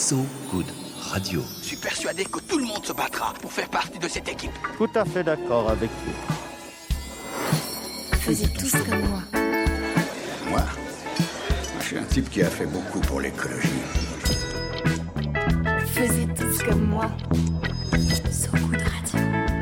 So Good Radio. Je suis persuadé que tout le monde se battra pour faire partie de cette équipe. Tout à fait d'accord avec vous. Faisiez tous comme moi. Moi, je suis un type qui a fait beaucoup pour l'écologie. Faisiez tous comme moi. So Good Radio.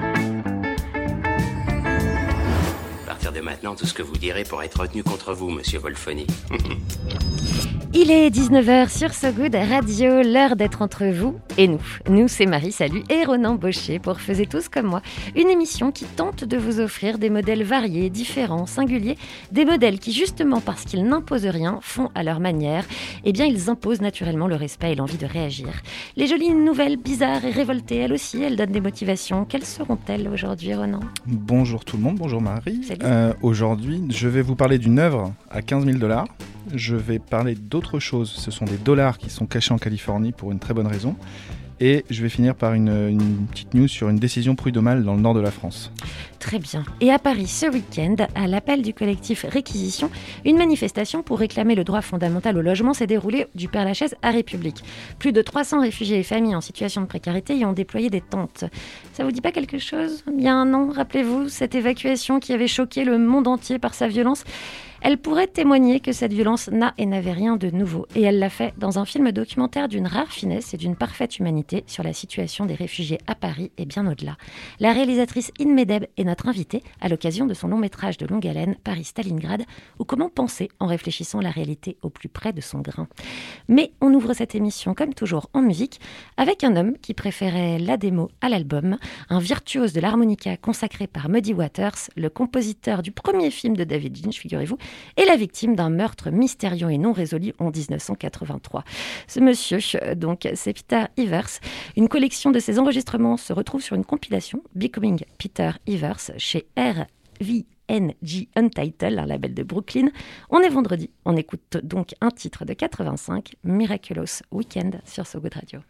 À partir de maintenant, tout ce que vous direz pourra être retenu contre vous, monsieur Wolfoni. Il est 19h sur So Good Radio, l'heure d'être entre vous et nous. Nous, c'est Marie, salut, et Ronan Baucher pour Faisiez tous comme moi. Une émission qui tente de vous offrir des modèles variés, différents, singuliers. Des modèles qui, justement parce qu'ils n'imposent rien, font à leur manière. Eh bien, ils imposent naturellement le respect et l'envie de réagir. Les jolies nouvelles, bizarres et révoltées, elles aussi, elles donnent des motivations. Quelles seront-elles aujourd'hui, Ronan ? Bonjour tout le monde, bonjour Marie. Aujourd'hui, je vais vous parler d'une œuvre à 15 000 $. Je vais parler d'autre chose. Ce sont des dollars qui sont cachés en Californie pour une très bonne raison. Et je vais finir par une petite news sur une décision prud'homale dans le nord de la France. Très bien. Et à Paris, ce week-end, à l'appel du collectif Réquisition, une manifestation pour réclamer le droit fondamental au logement s'est déroulée du Père-Lachaise à République. Plus de 300 réfugiés et familles en situation de précarité y ont déployé des tentes. Ça vous dit pas quelque chose ? Il y a un an, rappelez-vous, cette évacuation qui avait choqué le monde entier par sa violence. Elle pourrait témoigner que cette violence n'a et n'avait rien de nouveau. Et elle l'a fait dans un film documentaire d'une rare finesse et d'une parfaite humanité sur la situation des réfugiés à Paris et bien au-delà. La réalisatrice In Medeb est notre invitée à l'occasion de son long métrage de longue haleine Paris-Stalingrad, ou comment penser en réfléchissant la réalité au plus près de son grain. Mais on ouvre cette émission comme toujours en musique avec un homme qui préférait la démo à l'album, un virtuose de l'harmonica consacré par Muddy Waters, le compositeur du premier film de David Lynch, figurez-vous, et la victime d'un meurtre mystérieux et non résolu en 1983. Ce monsieur, donc, c'est Peter Ivers. Une collection de ses enregistrements se retrouve sur une compilation, Becoming Peter Ivers, chez RVNG Untitled, un label de Brooklyn. On est vendredi, on écoute donc un titre de 85, Miraculous Weekend sur So Good Radio.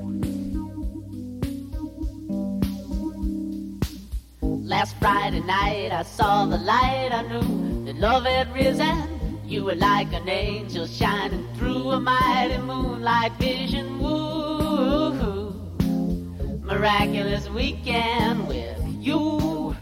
Last Friday night I saw the light, I knew that love had risen. You were like an angel shining through a mighty moonlight vision. Woo, miraculous weekend with you.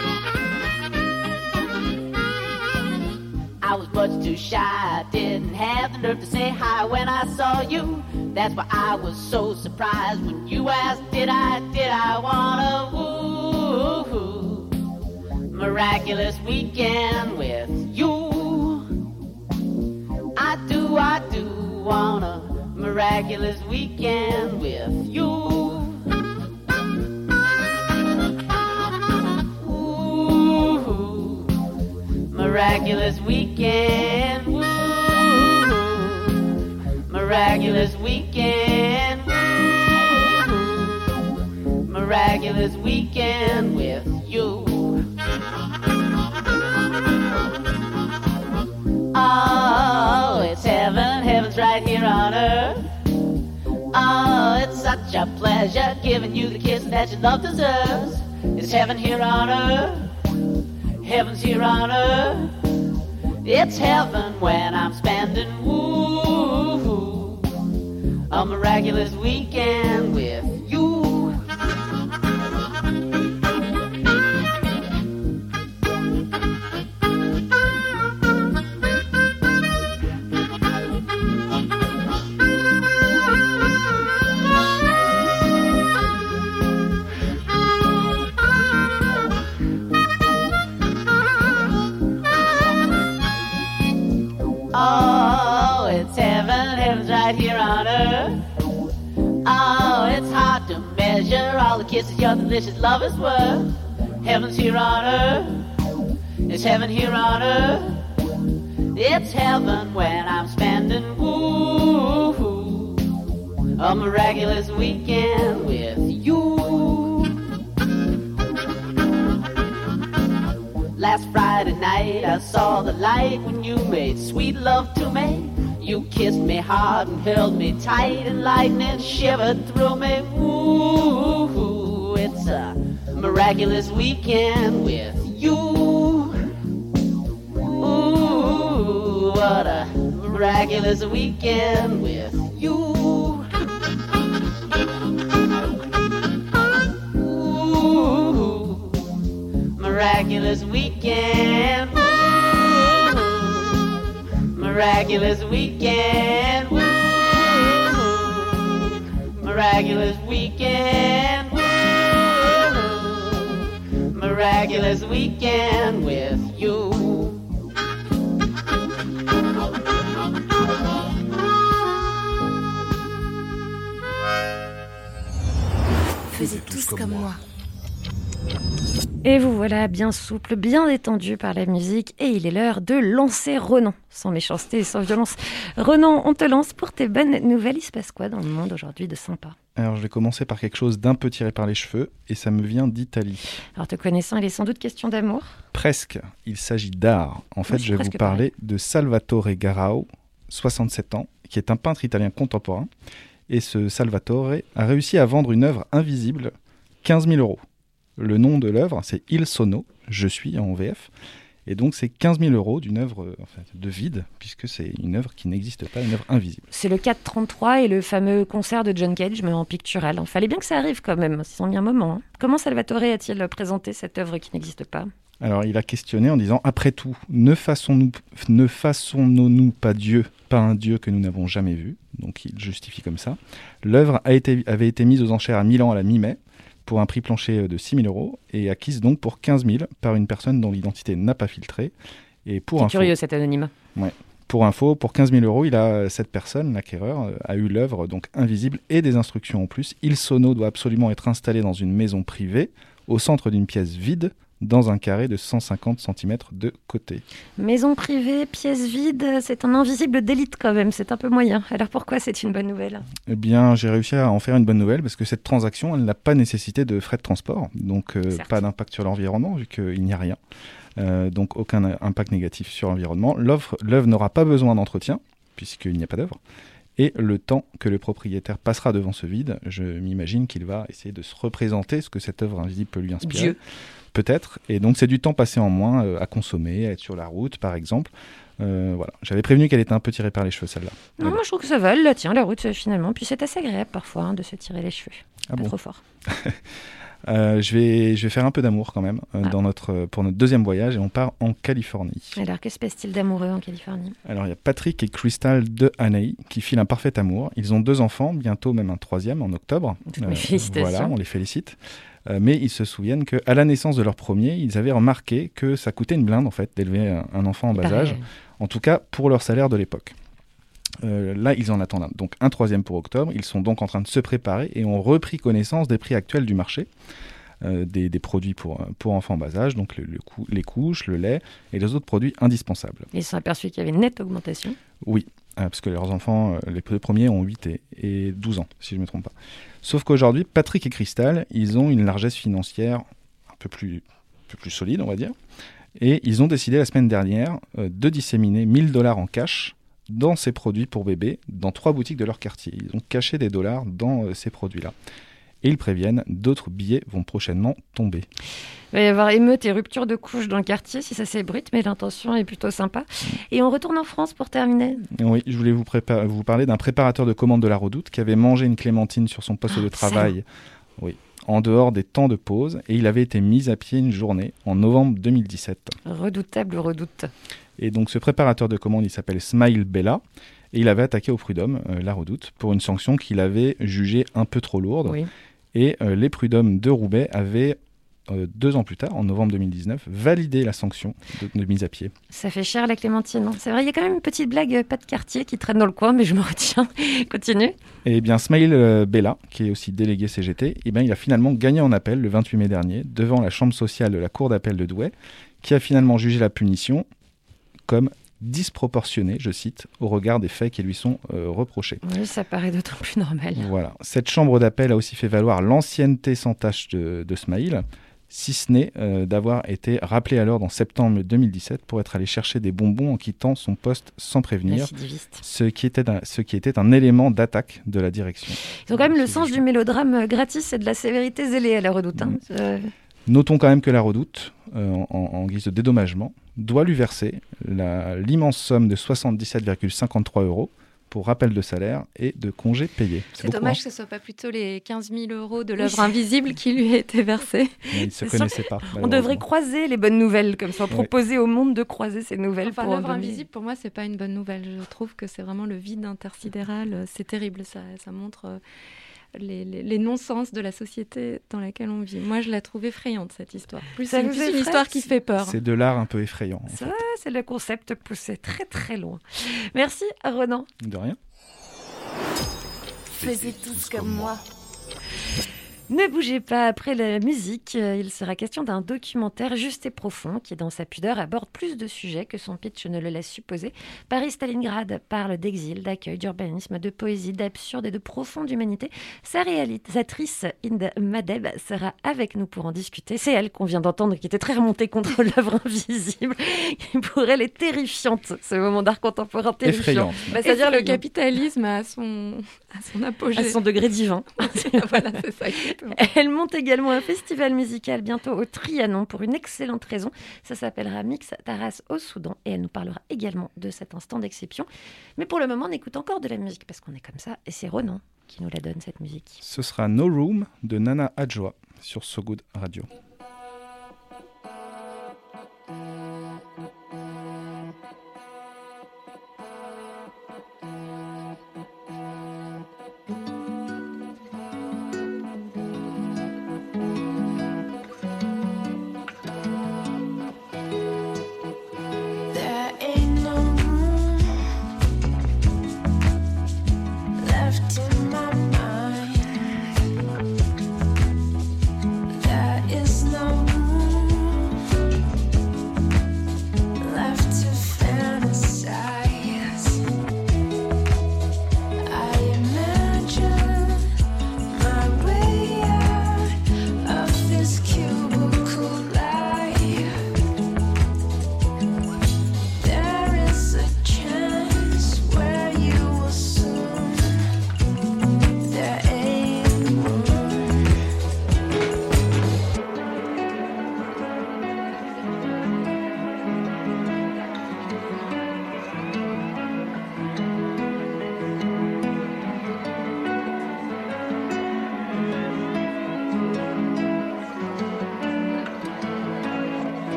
I was much too shy, I didn't have the nerve to say hi when I saw you. That's why I was so surprised when you asked, did I wanna woo? Miraculous weekend with you. I do want a miraculous weekend with you. Ooh, miraculous weekend. Ooh, miraculous weekend. Ooh, miraculous weekend with you. Oh, it's heaven, heaven's right here on earth. Oh, it's such a pleasure giving you the kiss that your love deserves. It's heaven here on earth, heaven's here on earth. It's heaven when I'm spending, woo, a miraculous weekend with you. Oh, it's heaven, heaven's right here on earth. Oh, it's hard to measure all the kisses your delicious love is worth. Heaven's here on earth. It's heaven here on earth. It's heaven when I'm spending, woo, a miraculous weekend with you. Last Friday night I saw the light when you made sweet love to me. You kissed me hard and held me tight, and lightning shivered through me. Ooh, it's a miraculous weekend with you. Ooh, what a miraculous weekend with you. miraculous weekend. Woo! Miraculous weekend. Woo! Miraculous weekend. Woo! Miraculous weekend with you. Faisez tous comme moi. Et vous voilà bien souple, bien détendu par la musique, et il est l'heure de lancer Ronan, sans méchanceté et sans violence. Ronan, on te lance pour tes bonnes nouvelles. Il se passe quoi dans le monde aujourd'hui de sympa ? Alors je vais commencer par quelque chose d'un peu tiré par les cheveux, et ça me vient d'Italie. Alors te connaissant, il est sans doute question d'amour ? Presque, il s'agit d'art. En fait, je vais vous parler de Salvatore Garau, 67 ans, qui est un peintre italien contemporain. Et ce Salvatore a réussi à vendre une œuvre invisible, 15 000 €. Le nom de l'œuvre, c'est Il Sono, je suis en VF. Et donc, c'est 15 000 € d'une œuvre de vide, puisque c'est une œuvre qui n'existe pas, une œuvre invisible. C'est le 433 et le fameux concert de John Cage, mais en pictural. Il fallait bien que ça arrive quand même, ils ont mis un moment. Hein. Comment Salvatore a-t-il présenté cette œuvre qui n'existe pas ? Alors, il a questionné en disant « Après tout, ne façonnons-nous pas Dieu, pas un Dieu que nous n'avons jamais vu ?» Donc, il justifie comme ça. L'œuvre avait été mise aux enchères à Milan à la mi-mai, pour un prix plancher de 6 000 € et acquise donc pour 15 000 par une personne dont l'identité n'a pas filtré. Et pour c'est curieux cet anonymat. Ouais. Pour info, pour 15 000 €, cette personne, l'acquéreur, a eu l'œuvre donc invisible et des instructions en plus. Il Sono doit absolument être installé dans une maison privée, au centre d'une pièce vide, dans un carré de 150 cm de côté. Maison privée, pièce vide, c'est un invisible d'élite quand même, c'est un peu moyen. Alors pourquoi c'est une bonne nouvelle ? Eh bien, j'ai réussi à en faire une bonne nouvelle parce que cette transaction, elle n'a pas nécessité de frais de transport, donc pas d'impact sur l'environnement vu qu'il n'y a rien. Donc aucun impact négatif sur l'environnement. L'œuvre n'aura pas besoin d'entretien puisqu'il n'y a pas d'œuvre. Et le temps que le propriétaire passera devant ce vide, je m'imagine qu'il va essayer de se représenter ce que cette œuvre invisible peut lui inspirer. Dieu. Peut-être. Et donc, c'est du temps passé en moins à consommer, à être sur la route, par exemple. Voilà. J'avais prévenu qu'elle était un peu tirée par les cheveux, celle-là. Non, moi, je trouve que ça va. Elle la tient, la route, finalement. Puis c'est assez agréable, parfois, de se tirer les cheveux. Ah pas bon. trop fort. Je vais faire un peu d'amour, quand même, pour notre deuxième voyage. Et on part en Californie. Alors, que se passe-t-il d'amoureux en Californie ? Alors, il y a Patrick et Crystal de Haney qui filent un parfait amour. Ils ont 2 enfants, bientôt même un 3e en octobre. Toutes mes félicitations. Voilà, on les félicite. Mais ils se souviennent qu'à la naissance de leur premier, ils avaient remarqué que ça coûtait une blinde en fait d'élever un enfant en bas âge, en tout cas pour leur salaire de l'époque. Là, ils en attendent donc un 3e pour octobre. Ils sont donc en train de se préparer et ont repris connaissance des prix actuels du marché, des produits pour enfants en bas âge, donc les couches, le lait et les autres produits indispensables. Ils se sont aperçus qu'il y avait une nette augmentation. Oui, parce que leurs enfants, les 2 premiers, ont 8 et 12 ans, si je ne me trompe pas. Sauf qu'aujourd'hui, Patrick et Crystal, ils ont une largesse financière un peu plus solide, on va dire. Et ils ont décidé la semaine dernière de disséminer 1 000 $ en cash dans ces produits pour bébés dans 3 boutiques de leur quartier. Ils ont caché des dollars dans ces produits-là. Et ils préviennent, d'autres billets vont prochainement tomber. Il va y avoir émeute et rupture de couches dans le quartier, si ça s'ébruite, mais l'intention est plutôt sympa. Et on retourne en France pour terminer. Oui, je voulais vous parler d'un préparateur de commande de la Redoute qui avait mangé une clémentine sur son poste de travail, en dehors des temps de pause, et il avait été mis à pied une journée en novembre 2017. Redoutable redoute. Et donc ce préparateur de commande, il s'appelle Smile Bella, et il avait attaqué au prud'homme, la Redoute, pour une sanction qu'il avait jugée un peu trop lourde. Oui. Et les prud'hommes de Roubaix avaient 2 ans plus tard, en novembre 2019, validé la sanction de mise à pied. Ça fait cher la clémentine, non ? C'est vrai, il y a quand même une petite blague pas de quartier qui traîne dans le coin, mais je me retiens. Continue. Eh bien, Smile Bella, qui est aussi délégué CGT, il a finalement gagné en appel le 28 mai dernier devant la chambre sociale de la cour d'appel de Douai, qui a finalement jugé la punition comme disproportionnée, je cite, au regard des faits qui lui sont reprochés. Oui, ça paraît d'autant plus normal. Voilà. Cette chambre d'appel a aussi fait valoir l'ancienneté sans tâche de Smile, si ce n'est d'avoir été rappelé à l'ordre en septembre 2017 pour être allé chercher des bonbons en quittant son poste sans prévenir, ce qui était un élément d'attaque de la direction. Ils ont quand même le sens du mélodrame gratis et de la sévérité zélée à la Redoute. Notons quand même que la Redoute, en guise de dédommagement, doit lui verser l'immense somme de 77,53 € pour rappel de salaire et de congés payés. C'est beaucoup, dommage que ce ne soit pas plutôt les 15 000 € de l'œuvre invisible qui lui a été versés. Mais ils ne se connaissaient pas. On devrait croiser les bonnes nouvelles, comme ça, proposer au monde de croiser ces nouvelles. Enfin, l'œuvre invisible, pour moi, c'est pas une bonne nouvelle. Je trouve que c'est vraiment le vide intersidéral. C'est terrible, ça montre les non-sens de la société dans laquelle on vit. Moi, je la trouve effrayante, cette histoire. C'est une histoire qui fait peur. C'est de l'art un peu effrayant. Ça, c'est le concept poussé très très loin. Merci, Ronan. De rien. Faisiez tous comme moi. Ne bougez pas, après la musique, il sera question d'un documentaire juste et profond qui, dans sa pudeur, aborde plus de sujets que son pitch ne le laisse supposer. Paris-Stalingrad parle d'exil, d'accueil, d'urbanisme, de poésie, d'absurde et de profonde humanité. Sa réalisatrice, Inde Madeb, sera avec nous pour en discuter. C'est elle qu'on vient d'entendre qui était très remontée contre l'œuvre invisible, qui pour elle est terrifiante, ce moment d'art contemporain terrifiant. C'est-à-dire le capitalisme à son apogée. À son degré divin. Voilà, c'est ça. Elle monte également un festival musical bientôt au Trianon pour une excellente raison. Ça s'appellera Mix Taras au Soudan et elle nous parlera également de cet instant d'exception. Mais pour le moment, on écoute encore de la musique parce qu'on est comme ça et c'est Ronan qui nous la donne, cette musique. Ce sera No Room de Nana Adjoa sur So Good Radio.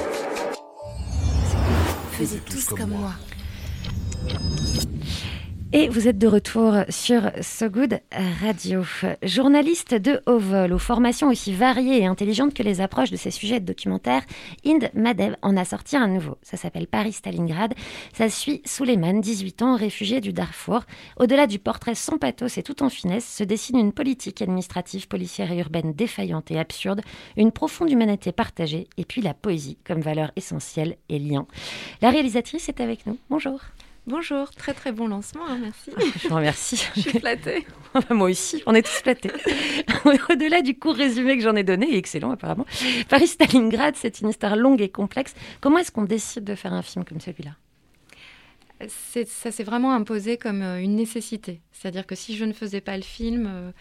Faisiez tous comme moi. Et vous êtes de retour sur So Good Radio. Journaliste de haut vol, aux formations aussi variées et intelligentes que les approches de ces sujets de documentaire, Hind Madeb en a sorti un nouveau. Ça s'appelle Paris-Stalingrad. Ça suit Souleymane, 18 ans, réfugié du Darfour. Au-delà du portrait sans pathos et tout en finesse, se dessine une politique administrative, policière et urbaine défaillante et absurde, une profonde humanité partagée et puis la poésie comme valeur essentielle et lien. La réalisatrice est avec nous. Bonjour. Bonjour, très très bon lancement, hein, merci. Je vous remercie. Je suis flattée. Moi aussi, on est tous flattés. Au-delà du court résumé que j'en ai donné, excellent apparemment, Paris-Stalingrad, c'est une histoire longue et complexe. Comment est-ce qu'on décide de faire un film comme celui-là ? Ça s'est vraiment imposé comme une nécessité. C'est-à-dire que si je ne faisais pas le film,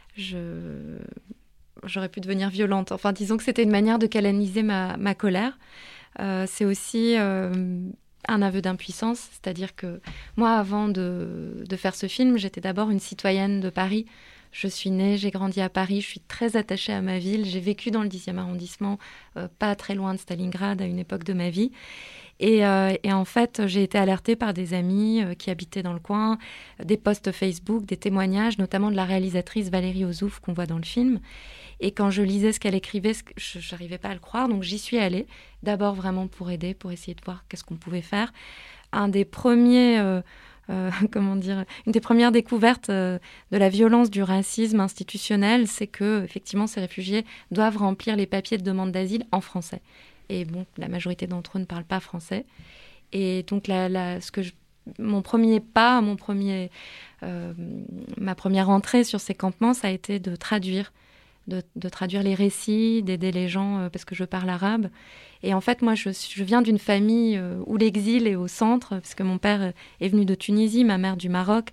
j'aurais pu devenir violente. Enfin, disons que c'était une manière de canaliser ma colère. C'est aussi un aveu d'impuissance, c'est-à-dire que moi, avant de faire ce film, j'étais d'abord une citoyenne de Paris. Je suis née, j'ai grandi à Paris, je suis très attachée à ma ville. J'ai vécu dans le 10e arrondissement, pas très loin de Stalingrad, à une époque de ma vie. Et en fait, j'ai été alertée par des amis qui habitaient dans le coin, des posts Facebook, des témoignages, notamment de la réalisatrice Valérie Ozouf qu'on voit dans le film. Et quand je lisais ce qu'elle écrivait, je n'arrivais pas à le croire. Donc j'y suis allée, d'abord vraiment pour aider, pour essayer de voir qu'est-ce qu'on pouvait faire. Une des premières découvertes de la violence du racisme institutionnel, c'est que effectivement ces réfugiés doivent remplir les papiers de demande d'asile en français. Et bon, la majorité d'entre eux ne parlent pas français. Et donc ma première entrée sur ces campements, ça a été de traduire les récits, d'aider les gens parce que je parle arabe. Et en fait, moi, je viens d'une famille où l'exil est au centre, parce que mon père est venu de Tunisie, ma mère du Maroc.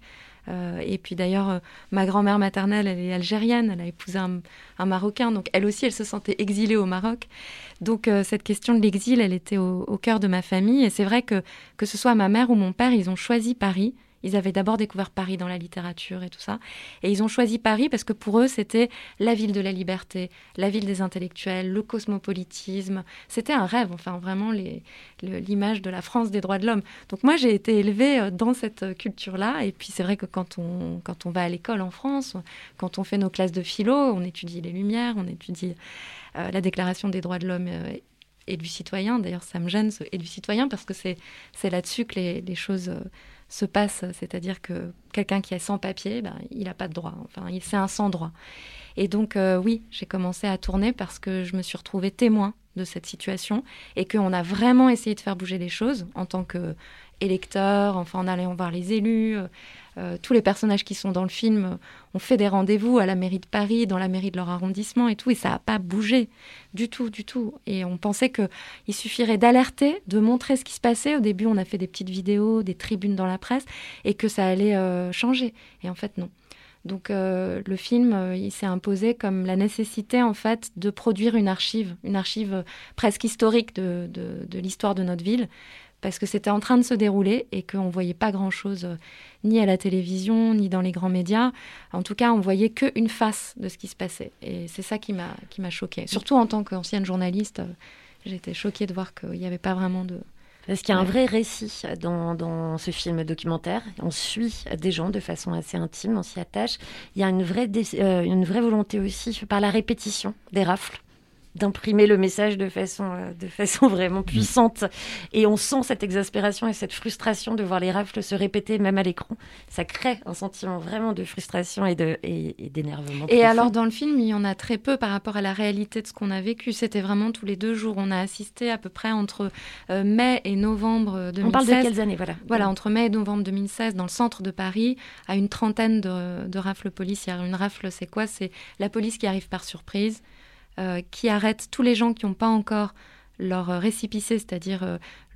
Et puis d'ailleurs, ma grand-mère maternelle, elle est algérienne, elle a épousé un Marocain, donc elle aussi, elle se sentait exilée au Maroc. Donc cette question de l'exil, elle était au cœur de ma famille. Et c'est vrai que ce soit ma mère ou mon père, ils ont choisi Paris. Ils avaient d'abord découvert Paris dans la littérature et tout ça. Et ils ont choisi Paris parce que pour eux, c'était la ville de la liberté, la ville des intellectuels, le cosmopolitisme. C'était un rêve, enfin vraiment l'image de la France des droits de l'homme. Donc moi, j'ai été élevée dans cette culture-là. Et puis c'est vrai que quand on va à l'école en France, quand on fait nos classes de philo, on étudie les Lumières, on étudie la Déclaration des droits de l'homme et du citoyen. D'ailleurs, ça me gêne, ce et du citoyen, parce que c'est là-dessus que les choses se passe, c'est-à-dire que quelqu'un qui est sans papier, il n'a pas de droit, enfin, c'est un sans-droit. Et donc, oui, j'ai commencé à tourner parce que je me suis retrouvée témoin de cette situation et qu'on a vraiment essayé de faire bouger les choses en tant qu'électeur, enfin, en allant voir les élus. Tous les personnages qui sont dans le film ont fait des rendez-vous à la mairie de Paris, dans la mairie de leur arrondissement et tout, et ça n'a pas bougé du tout. Et on pensait qu'il suffirait d'alerter, de montrer ce qui se passait. Au début, on a fait des petites vidéos, des tribunes dans la presse, et que ça allait changer. Et en fait, non. Donc le film, il s'est imposé comme la nécessité, en fait, de produire une archive presque historique de l'histoire de notre ville, parce que c'était en train de se dérouler et qu'on ne voyait pas grand-chose, ni à la télévision, ni dans les grands médias. En tout cas, on ne voyait qu'une face de ce qui se passait. Et c'est ça qui m'a choquée. Surtout en tant qu'ancienne journaliste, j'étais choquée de voir qu'il n'y avait pas vraiment de... Parce qu'il y a un vrai récit dans ce film documentaire. On suit des gens de façon assez intime, on s'y attache. Il y a une vraie volonté aussi, par la répétition des rafles, d'imprimer le message de façon vraiment puissante. Et on sent cette exaspération et cette frustration de voir les rafles se répéter même à l'écran. Ça crée un sentiment vraiment de frustration et d'énervement. Et alors dans le film, il y en a très peu par rapport à la réalité de ce qu'on a vécu. C'était vraiment tous les 2 jours. On a assisté à peu près entre mai et novembre 2016. On parle de quelles années, Voilà, entre mai et novembre 2016, dans le centre de Paris, à une trentaine de rafles policières. Une rafle, c'est quoi ? C'est la police qui arrive par surprise, qui arrête tous les gens qui n'ont pas encore leur récépissé, c'est-à-dire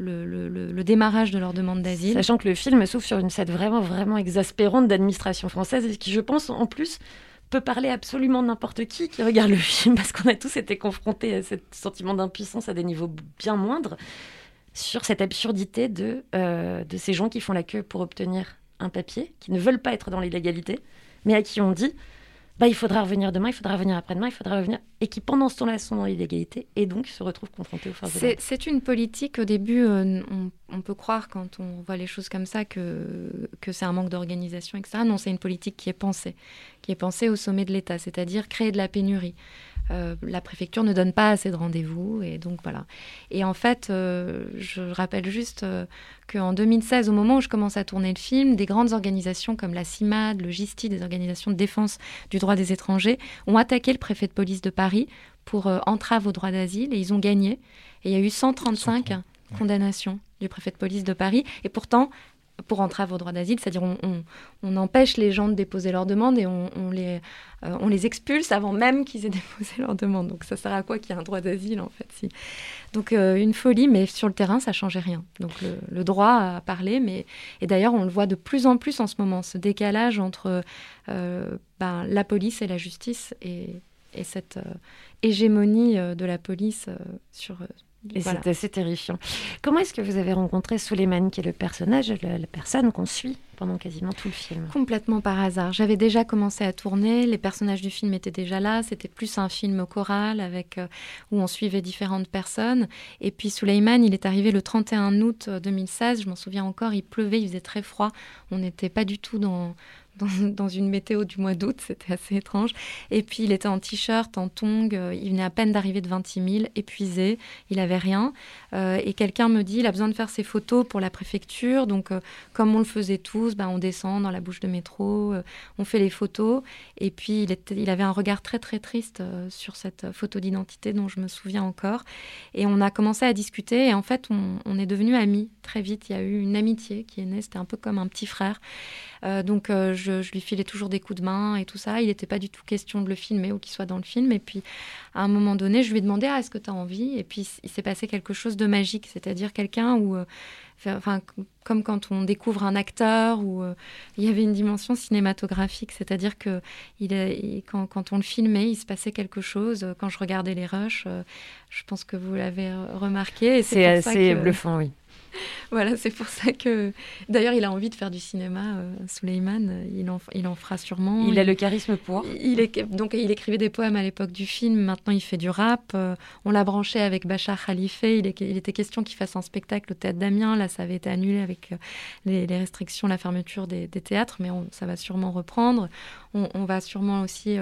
le démarrage de leur demande d'asile. Sachant que le film s'ouvre sur une scène vraiment, vraiment exaspérante d'administration française, et qui, je pense, en plus, peut parler absolument n'importe qui regarde le film, parce qu'on a tous été confrontés à ce sentiment d'impuissance à des niveaux bien moindres, sur cette absurdité de ces gens qui font la queue pour obtenir un papier, qui ne veulent pas être dans l'illégalité, mais à qui on dit... il faudra revenir demain, il faudra revenir après-demain, il faudra revenir, et qui pendant ce temps-là sont dans l'illégalité et donc se retrouvent confrontés aux forces de l'ordre. C'est une politique, au début, on peut croire quand on voit les choses comme ça que c'est un manque d'organisation, etc. Non, c'est une politique qui est pensée au sommet de l'État, c'est-à-dire créer de la pénurie. La préfecture ne donne pas assez de rendez-vous et donc voilà. Et en fait, je rappelle juste qu'en 2016, au moment où je commence à tourner le film, des grandes organisations comme la CIMAD, le GISTI, des organisations de défense du droit des étrangers, ont attaqué le préfet de police de Paris pour entrave au droit d'asile et ils ont gagné. Et il y a eu 135 condamnations du préfet de police de Paris et pourtant, pour entrave au droit d'asile, c'est-à-dire on empêche les gens de déposer leur demande et on les expulse avant même qu'ils aient déposé leur demande. Donc ça sert à quoi qu'il y ait un droit d'asile en fait si. Donc une folie, mais sur le terrain ça changeait rien. Donc le droit a parlé, et d'ailleurs on le voit de plus en plus en ce moment, ce décalage entre la police et la justice et cette hégémonie de la police sur... Et voilà. C'est assez terrifiant. Comment est-ce que vous avez rencontré Souleymane, qui est le personnage, la personne qu'on suit pendant quasiment tout le film? Complètement par hasard. J'avais déjà commencé à tourner, les personnages du film étaient déjà là, c'était plus un film choral où on suivait différentes personnes. Et puis Souleymane, il est arrivé le 31 août 2016, je m'en souviens encore, il pleuvait, il faisait très froid, on n'était pas du tout dans une météo du mois d'août, c'était assez étrange. Et puis, il était en t-shirt, en tongs, il venait à peine d'arriver de Vintimille, épuisé, il n'avait rien. Et quelqu'un me dit, il a besoin de faire ses photos pour la préfecture, donc comme on le faisait tous, on descend dans la bouche de métro, on fait les photos. Et puis, il avait un regard très, très triste sur cette photo d'identité dont je me souviens encore. Et on a commencé à discuter, et en fait, on est devenus amis très vite. Il y a eu une amitié qui est née, c'était un peu comme un petit frère. Donc je lui filais toujours des coups de main et tout ça. Il n'était pas du tout question de le filmer ou qu'il soit dans le film. Et puis à un moment donné, je lui ai demandé est-ce que tu as envie? Et puis il s'est passé quelque chose de magique, c'est-à-dire quelqu'un où, comme quand on découvre un acteur, où il y avait une dimension cinématographique, c'est-à-dire que quand on le filmait, il se passait quelque chose. Quand je regardais les rushs, je pense que vous l'avez remarqué. Et c'est assez bluffant, oui. Voilà, c'est pour ça que... D'ailleurs, il a envie de faire du cinéma, Souleymane. Il en fera sûrement. Il a le charisme pour. Donc, il écrivait des poèmes à l'époque du film. Maintenant, il fait du rap. On l'a branché avec Bachar Khalifé. Il était question qu'il fasse un spectacle au Théâtre d'Amiens. Là, ça avait été annulé avec les restrictions, la fermeture des théâtres. Mais ça va sûrement reprendre. On va sûrement aussi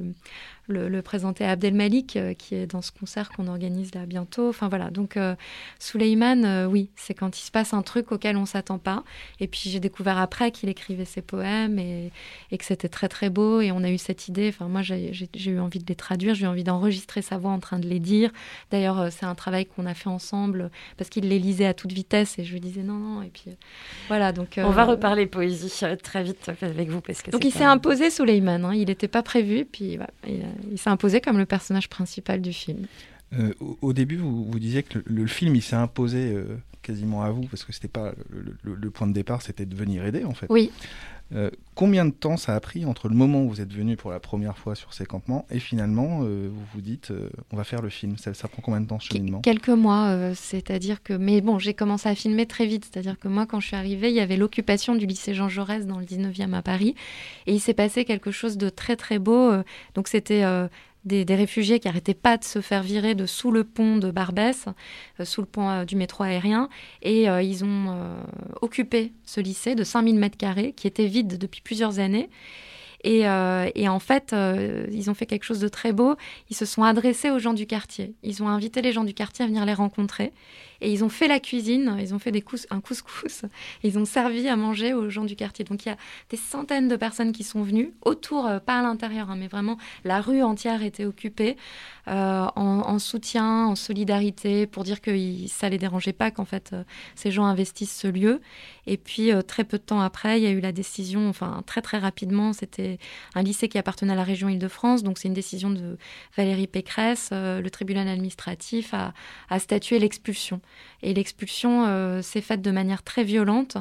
le présenter à Abdelmalik, qui est dans ce concert qu'on organise là bientôt. Enfin voilà, donc Souleymane, oui, c'est quand il se passe un truc auquel on ne s'attend pas. Et puis j'ai découvert après qu'il écrivait ses poèmes et que c'était très très beau. Et on a eu cette idée, enfin moi j'ai eu envie de les traduire, j'ai eu envie d'enregistrer sa voix en train de les dire. D'ailleurs c'est un travail qu'on a fait ensemble parce qu'il les lisait à toute vitesse et je lui disais non. Et puis voilà, donc... on va reparler poésie très vite avec vous. Parce que donc il s'est imposé, Souleymane, il n'était pas prévu, puis voilà, il s'est imposé comme le personnage principal du film. Au début, vous disiez que le film, il s'est imposé quasiment à vous, parce que c'était pas le point de départ, c'était de venir aider, en fait. Oui. Combien de temps ça a pris entre le moment où vous êtes venu pour la première fois sur ces campements et finalement, vous vous dites, on va faire le film. Ça prend combien de temps, ce cheminement? Quelques mois, c'est-à-dire que... Mais bon, j'ai commencé à filmer très vite. C'est-à-dire que moi, quand je suis arrivée, il y avait l'occupation du lycée Jean Jaurès dans le 19e à Paris. Et il s'est passé quelque chose de très, très beau. Donc, c'était... Des réfugiés qui n'arrêtaient pas de se faire virer de sous le pont de Barbès, sous le pont du métro aérien. Et ils ont occupé ce lycée de 5000 m² qui était vide depuis plusieurs années. Et en fait, ils ont fait quelque chose de très beau. Ils se sont adressés aux gens du quartier. Ils ont invité les gens du quartier à venir les rencontrer. Et ils ont fait la cuisine, ils ont fait un couscous. Ils ont servi à manger aux gens du quartier. Donc il y a des centaines de personnes qui sont venues, autour, pas à l'intérieur, mais vraiment la rue entière était occupée, en soutien, en solidarité, pour dire que ça ne les dérangeait pas qu'en fait ces gens investissent ce lieu. Et puis très peu de temps après, il y a eu la décision, enfin très très rapidement, c'était un lycée qui appartenait à la région Île-de-France, donc c'est une décision de Valérie Pécresse. Le tribunal administratif a statué l'expulsion. Et l'expulsion s'est faite de manière très violente.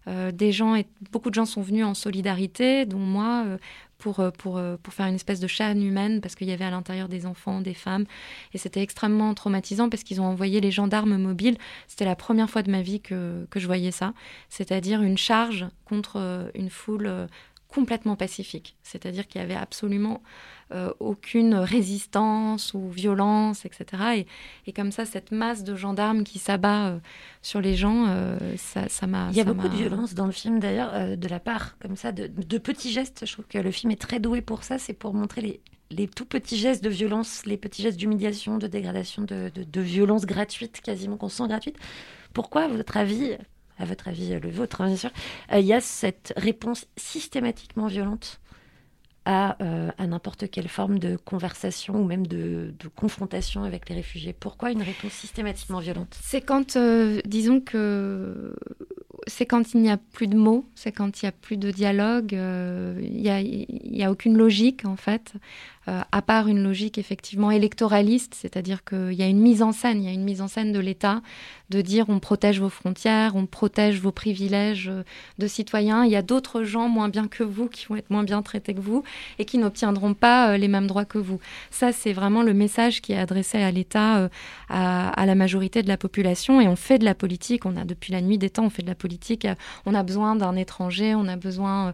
Beaucoup de gens sont venus en solidarité, dont moi, pour faire une espèce de chaîne humaine, parce qu'il y avait à l'intérieur des enfants, des femmes. Et c'était extrêmement traumatisant parce qu'ils ont envoyé les gendarmes mobiles. C'était la première fois de ma vie que je voyais ça. C'est-à-dire une charge contre une foule complètement pacifique. C'est-à-dire qu'il n'y avait absolument aucune résistance ou violence, etc. Et comme ça, cette masse de gendarmes qui s'abat sur les gens, ça m'a... Il y a beaucoup de violence dans le film, d'ailleurs, de la part, comme ça, de petits gestes. Je trouve que le film est très doué pour ça. C'est pour montrer les tout petits gestes de violence, les petits gestes d'humiliation, de dégradation, de violence gratuite, quasiment qu'on sent gratuite. Pourquoi, à votre avis, le vôtre, bien sûr, il y a cette réponse systématiquement violente à n'importe quelle forme de conversation ou même de confrontation avec les réfugiés? Pourquoi une réponse systématiquement violente? C'est quand, disons que... C'est quand il n'y a plus de mots, c'est quand il n'y a plus de dialogue, il n'y a aucune logique en fait, à part une logique effectivement électoraliste, c'est-à-dire qu'il y a une mise en scène, de l'État, de dire on protège vos frontières, on protège vos privilèges de citoyens, il y a d'autres gens moins bien que vous qui vont être moins bien traités que vous et qui n'obtiendront pas les mêmes droits que vous. Ça, c'est vraiment le message qui est adressé à l'État, à la majorité de la population, et on fait de la politique, on a depuis la nuit des temps, on fait de la politique. On a besoin d'un étranger, on a besoin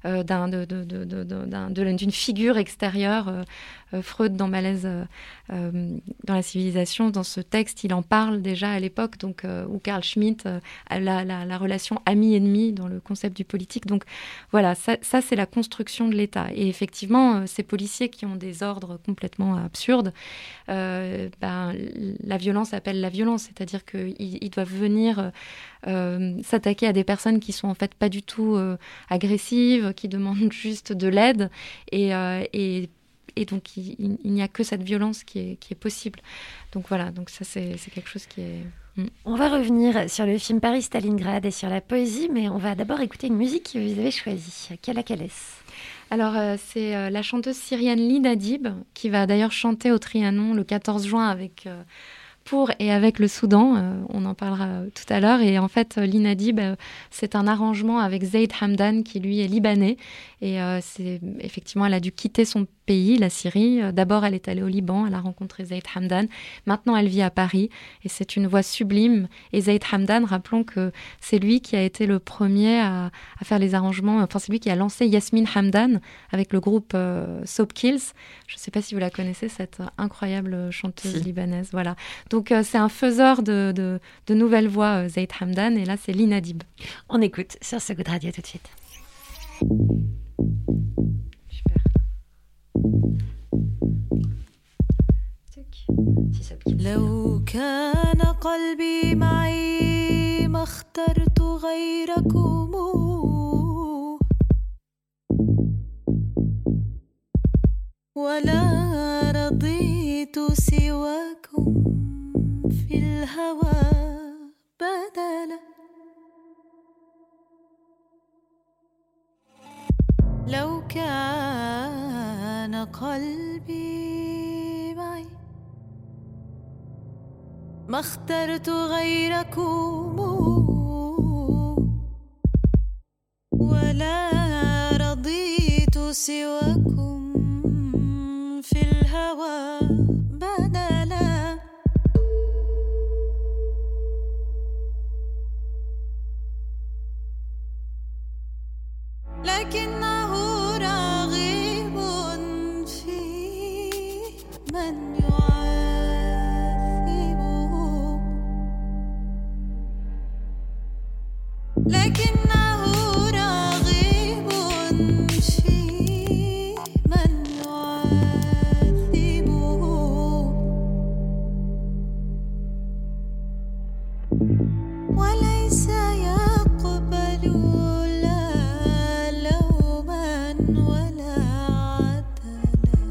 d'une figure extérieure. Freud, dans Malaise dans la civilisation, dans ce texte, il en parle déjà à l'époque, donc, où Carl Schmitt a la relation ami-ennemi dans le concept du politique. Donc voilà, ça c'est la construction de l'État. Et effectivement, ces policiers qui ont des ordres complètement absurdes, la violence appelle la violence, c'est-à-dire qu'ils doivent venir s'attaquer à des personnes qui sont en fait pas du tout agressives, qui demandent juste de l'aide, et donc il n'y a que cette violence qui est possible. Donc voilà, donc ça c'est quelque chose qui est... On va revenir sur le film Paris-Stalingrad et sur la poésie, mais on va d'abord écouter une musique que vous avez choisie. Laquelle est-ce? Alors, c'est la chanteuse syrienne Lina Dib, qui va d'ailleurs chanter au Trianon le 14 juin pour et avec le Soudan, on en parlera tout à l'heure. Et en fait, Lina Dib, c'est un arrangement avec Zeid Hamdan, qui lui est libanais. Et effectivement, elle a dû quitter son pays, la Syrie. D'abord, elle est allée au Liban, elle a rencontré Zeid Hamdan. Maintenant, elle vit à Paris et c'est une voix sublime. Et Zeid Hamdan, rappelons que c'est lui qui a été le premier à faire les arrangements. Enfin, c'est lui qui a lancé Yasmine Hamdan avec le groupe Soap Kills. Je ne sais pas si vous la connaissez, cette incroyable chanteuse libanaise. Voilà. Donc, c'est un faiseur de nouvelles voix, Zeid Hamdan. Et là, c'est Lina Dib. On écoute sur So Good Radio tout de suite. لو كان قلبي معي ما اخترت غيركم ولا رضيت سواكم في الهوى بدلا لو كان قلبي معي ما اخترت غيركم ولا رضيت سواكم في الهوى بدلا لكنه راغب في من لكنه راغب في من يعذبه وليس يقبل لا لوما ولا عدلا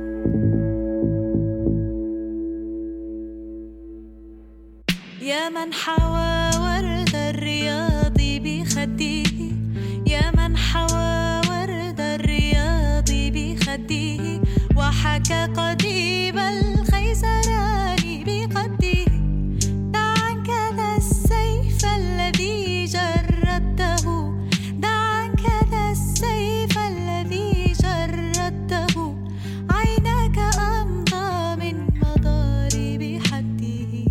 يا من حوى ورد الرياض بخديه يا من حوى ورد الرياض بخديه وحكى قضيب الخيزران بقده دع عنك ذا السيف الذي جردته دع عنك ذا السيف الذي جردته عيناك أمضى من مضارب حده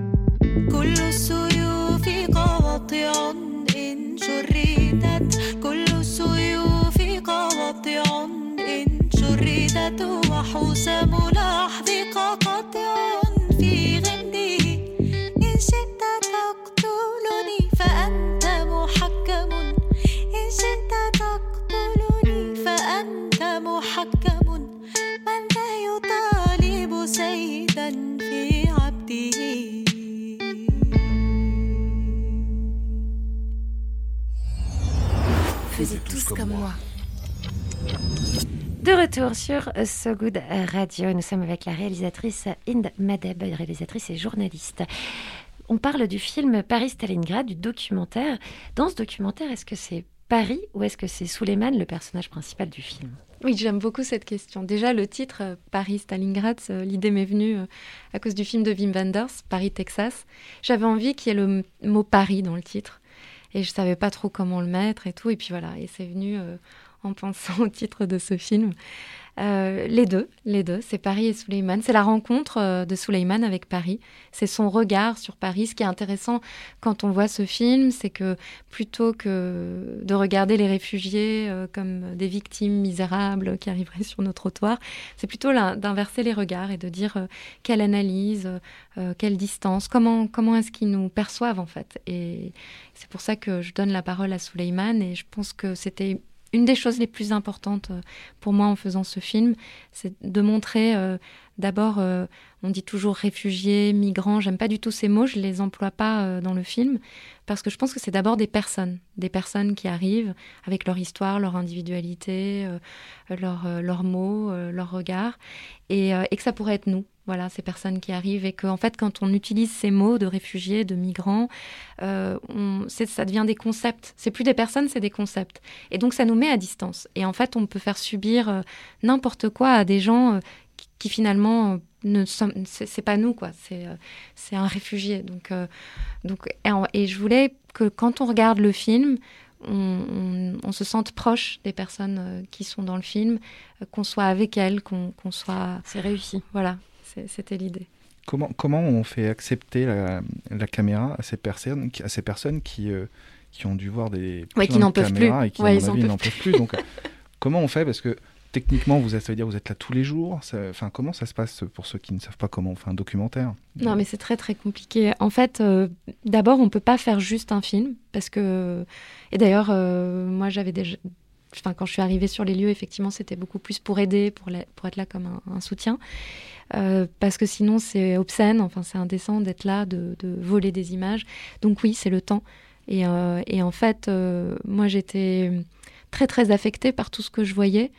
كل السيوف قاطع إن شردت الردة وحسام لحظك قطع في غمده إن شئت تقتلني فأنت محكم إن شئت تقتلني فأنت محكم من لا يطالب سيدا في عبده. Faisez tous comme moi. De retour sur So Good Radio, nous sommes avec la réalisatrice Hind Madeb, réalisatrice et journaliste. On parle du film Paris-Stalingrad, du documentaire. Dans ce documentaire, est-ce que c'est Paris ou est-ce que c'est Suleiman, le personnage principal du film ? Oui, j'aime beaucoup cette question. Déjà, le titre, Paris-Stalingrad, l'idée m'est venue à cause du film de Wim Wenders, Paris-Texas. J'avais envie qu'il y ait le mot Paris dans le titre. Et je ne savais pas trop comment le mettre et tout. Et puis voilà, et c'est venu en pensant au titre de ce film. Les deux, c'est Paris et Suleiman. C'est la rencontre de Suleiman avec Paris. C'est son regard sur Paris. Ce qui est intéressant quand on voit ce film, c'est que plutôt que de regarder les réfugiés comme des victimes misérables qui arriveraient sur nos trottoirs, c'est plutôt d'inverser les regards et de dire quelle analyse, quelle distance, comment est-ce qu'ils nous perçoivent en fait. Et c'est pour ça que je donne la parole à Suleiman et je pense que c'était une des choses les plus importantes pour moi en faisant ce film, c'est de montrer d'abord, on dit toujours réfugiés, migrants, j'aime pas du tout ces mots, je les emploie pas dans le film, parce que je pense que c'est d'abord des personnes qui arrivent avec leur histoire, leur individualité, leurs mots, leurs regards, et que ça pourrait être nous. Voilà, ces personnes qui arrivent et qu'en fait, quand on utilise ces mots de réfugiés, de migrants, ça devient des concepts. C'est plus des personnes, c'est des concepts. Et donc, ça nous met à distance. Et en fait, on peut faire subir n'importe quoi à des gens qui finalement, c'est pas nous, quoi. C'est un réfugié. Et je voulais que quand on regarde le film, on se sente proche des personnes qui sont dans le film, qu'on soit avec elles, qu'on soit... C'est réussi. Voilà. C'était l'idée. Comment on fait accepter la caméra à ces personnes qui ont dû voir des qui n'en peuvent plus et qui n'en peuvent plus. Donc comment on fait, parce que techniquement ça veut dire vous êtes là tous les jours. Comment ça se passe pour ceux qui ne savent pas comment on fait un documentaire? Non, mais c'est très très compliqué. En fait, d'abord on peut pas faire juste un film parce que et d'ailleurs moi j'avais déjà quand je suis arrivée sur les lieux, effectivement, c'était beaucoup plus pour aider, pour être là comme un soutien. Parce que sinon, c'est obscène, c'est indécent d'être là, de voler des images. Donc oui, c'est le temps. Et en fait, moi, j'étais très, très affectée par tout ce que je voyais.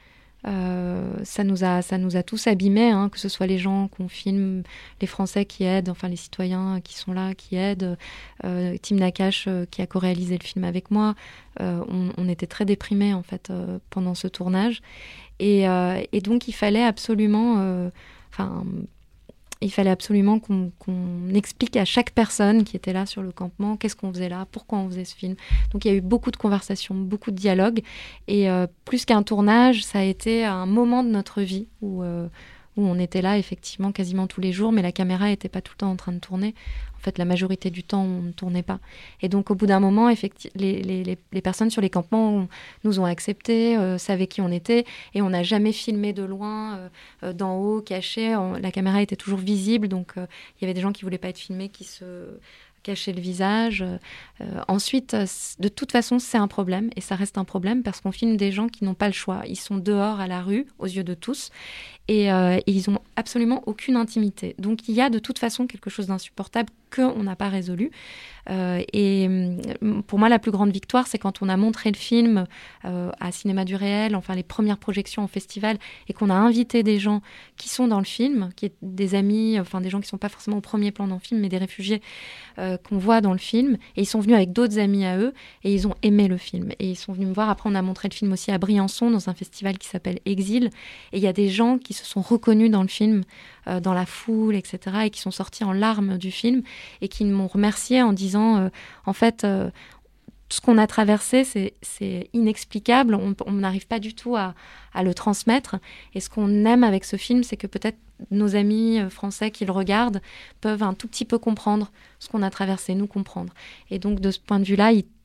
Ça nous a tous abîmés, que ce soit les gens qu'on filme, les Français qui aident, les citoyens qui sont là, qui aident, Tim Nakache qui a co-réalisé le film avec moi. On était très déprimés en fait pendant ce tournage et donc il fallait absolument qu'on explique à chaque personne qui était là sur le campement qu'est-ce qu'on faisait là, pourquoi on faisait ce film. Donc il y a eu beaucoup de conversations, beaucoup de dialogues. Et plus qu'un tournage, ça a été un moment de notre vie où on était là effectivement quasiment tous les jours, mais la caméra n'était pas tout le temps en train de tourner. En fait, la majorité du temps, on ne tournait pas. Et donc, au bout d'un moment, les personnes sur les campements nous ont acceptés, savaient qui on était, et on n'a jamais filmé de loin, d'en haut, caché. La caméra était toujours visible, donc il y avait des gens qui ne voulaient pas être filmés, qui se cachaient le visage. Ensuite, de toute façon, c'est un problème, et ça reste un problème, parce qu'on filme des gens qui n'ont pas le choix. Ils sont dehors à la rue, aux yeux de tous, et ils n'ont absolument aucune intimité. Donc, il y a de toute façon quelque chose d'insupportable qu'on n'a pas résolu. Et pour moi, la plus grande victoire, c'est quand on a montré le film à Cinéma du Réel, les premières projections en festival, et qu'on a invité des gens qui sont dans le film, qui est des amis, des gens qui ne sont pas forcément au premier plan dans le film, mais des réfugiés qu'on voit dans le film. Et ils sont venus avec d'autres amis à eux, et ils ont aimé le film. Et ils sont venus me voir. Après, on a montré le film aussi à Briançon, dans un festival qui s'appelle Exil. Et il y a des gens qui se sont reconnus dans le film, dans la foule, etc., et qui sont sortis en larmes du film, et qui m'ont remercié en disant, en fait, tout ce qu'on a traversé, c'est inexplicable, on n'arrive pas du tout à le transmettre. Et ce qu'on aime avec ce film, c'est que peut-être nos amis français qui le regardent peuvent un tout petit peu comprendre ce qu'on a traversé, nous comprendre. Et donc, de ce point de vue-là,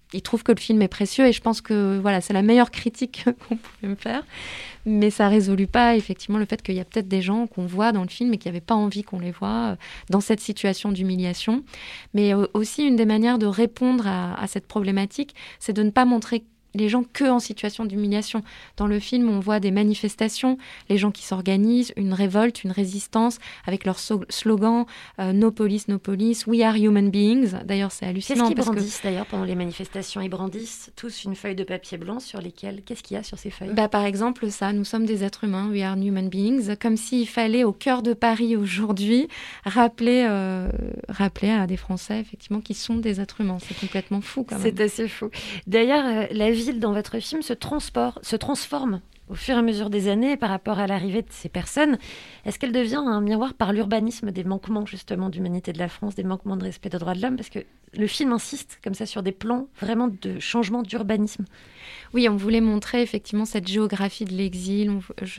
ils trouvent que le film est précieux et je pense que voilà, c'est la meilleure critique qu'on pouvait me faire. Mais ça ne résout pas effectivement le fait qu'il y a peut-être des gens qu'on voit dans le film et qui n'avaient pas envie qu'on les voit dans cette situation d'humiliation. Mais aussi, une des manières de répondre à cette problématique, c'est de ne pas montrer les gens que en situation d'humiliation. Dans le film, on voit des manifestations, les gens qui s'organisent, une révolte, une résistance, avec leur slogan No police, no police, we are human beings. D'ailleurs, c'est hallucinant. Qu'est-ce qu'ils brandissent d'ailleurs pendant les manifestations? Ils brandissent tous une feuille de papier blanc sur lesquelles... Qu'est-ce qu'il y a sur ces feuilles? Par exemple, ça, nous sommes des êtres humains, we are human beings, comme s'il fallait, au cœur de Paris aujourd'hui, rappeler à des Français, effectivement, qui sont des êtres humains. C'est complètement fou, quand même. C'est assez fou. D'ailleurs, la ville dans votre film se transforme au fur et à mesure des années par rapport à l'arrivée de ces personnes. Est-ce qu'elle devient un miroir par l'urbanisme des manquements justement d'humanité de la France, des manquements de respect des droits de l'homme? Parce que le film insiste comme ça sur des plans vraiment de changement d'urbanisme. Oui, on voulait montrer effectivement cette géographie de l'exil.